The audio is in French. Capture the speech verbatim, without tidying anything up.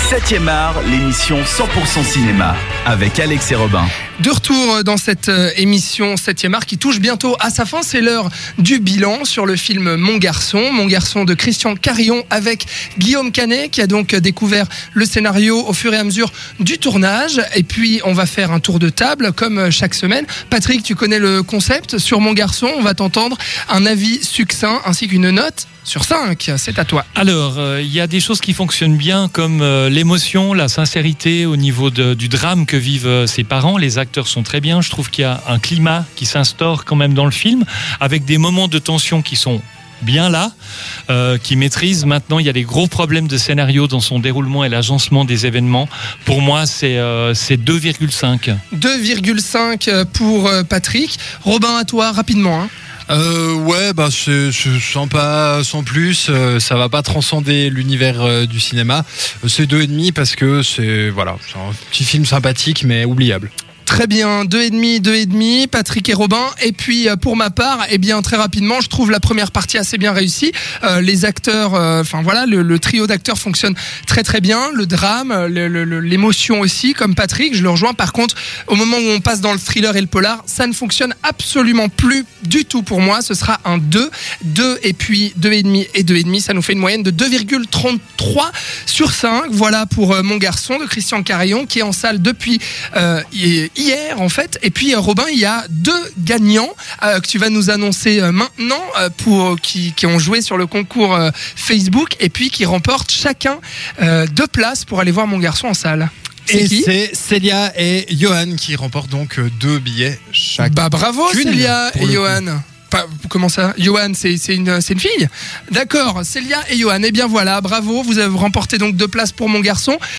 septième art, l'émission cent pour cent cinéma, avec Alex et Robin. De retour dans cette émission septième art qui touche bientôt à sa fin, c'est l'heure du bilan sur le film Mon Garçon, Mon Garçon de Christian Carillon avec Guillaume Canet qui a donc découvert le scénario au fur et à mesure du tournage. Et puis on va faire un tour de table comme chaque semaine. Patrick, tu connais le concept. Sur Mon Garçon, on va t'entendre un avis succinct ainsi qu'une note sur cinq, c'est à toi. Alors, il euh, y a des choses qui fonctionnent bien, comme euh, l'émotion, la sincérité au niveau de, du drame que vivent euh, ses parents. Les acteurs sont très bien. Je trouve qu'il y a un climat qui s'instaure quand même dans le film, avec des moments de tension qui sont bien là, euh, qui maîtrise. Maintenant, il y a des gros problèmes de scénario dans son déroulement et l'agencement des événements. Pour moi, c'est, euh, c'est deux virgule cinq. deux virgule cinq pour Patrick. Robin, à toi, rapidement, hein. Euh, ouais, bah c'est, c'est sympa sans plus. Euh, ça va pas transcender l'univers euh, du cinéma. Euh, c'est deux et demi parce que c'est voilà, c'est un petit film sympathique mais oubliable. Très bien, deux et demi, deux et demi, Patrick et Robin. Et puis pour ma part, eh bien très rapidement, je trouve la première partie assez bien réussie. Euh, les acteurs, enfin euh, voilà, le, le trio d'acteurs fonctionne très très bien. Le drame, le, le, l'émotion aussi, comme Patrick, je le rejoins. Par contre, au moment où on passe dans le thriller et le polar, ça ne fonctionne absolument plus du tout pour moi. Ce sera un deux, deux et puis deux et demi et deux et demi. Ça nous fait une moyenne de deux virgule trente-trois sur cinq. Voilà pour euh, Mon Garçon de Christian Carillon qui est en salle depuis euh, hier en fait. Et puis Robin, il y a deux gagnants euh, que tu vas nous annoncer euh, maintenant euh, pour qui, qui ont joué sur le concours euh, Facebook et puis qui remportent chacun euh, deux places pour aller voir Mon Garçon en salle. C'est et qui c'est Célia et Johan qui remportent donc deux billets chaque. Bah bravo Célia et Johan. Pas, comment ça, Johan, c'est, c'est, une, c'est une fille. D'accord, Célia et Johan. Eh bien voilà, bravo, vous avez remporté donc deux places pour Mon Garçon.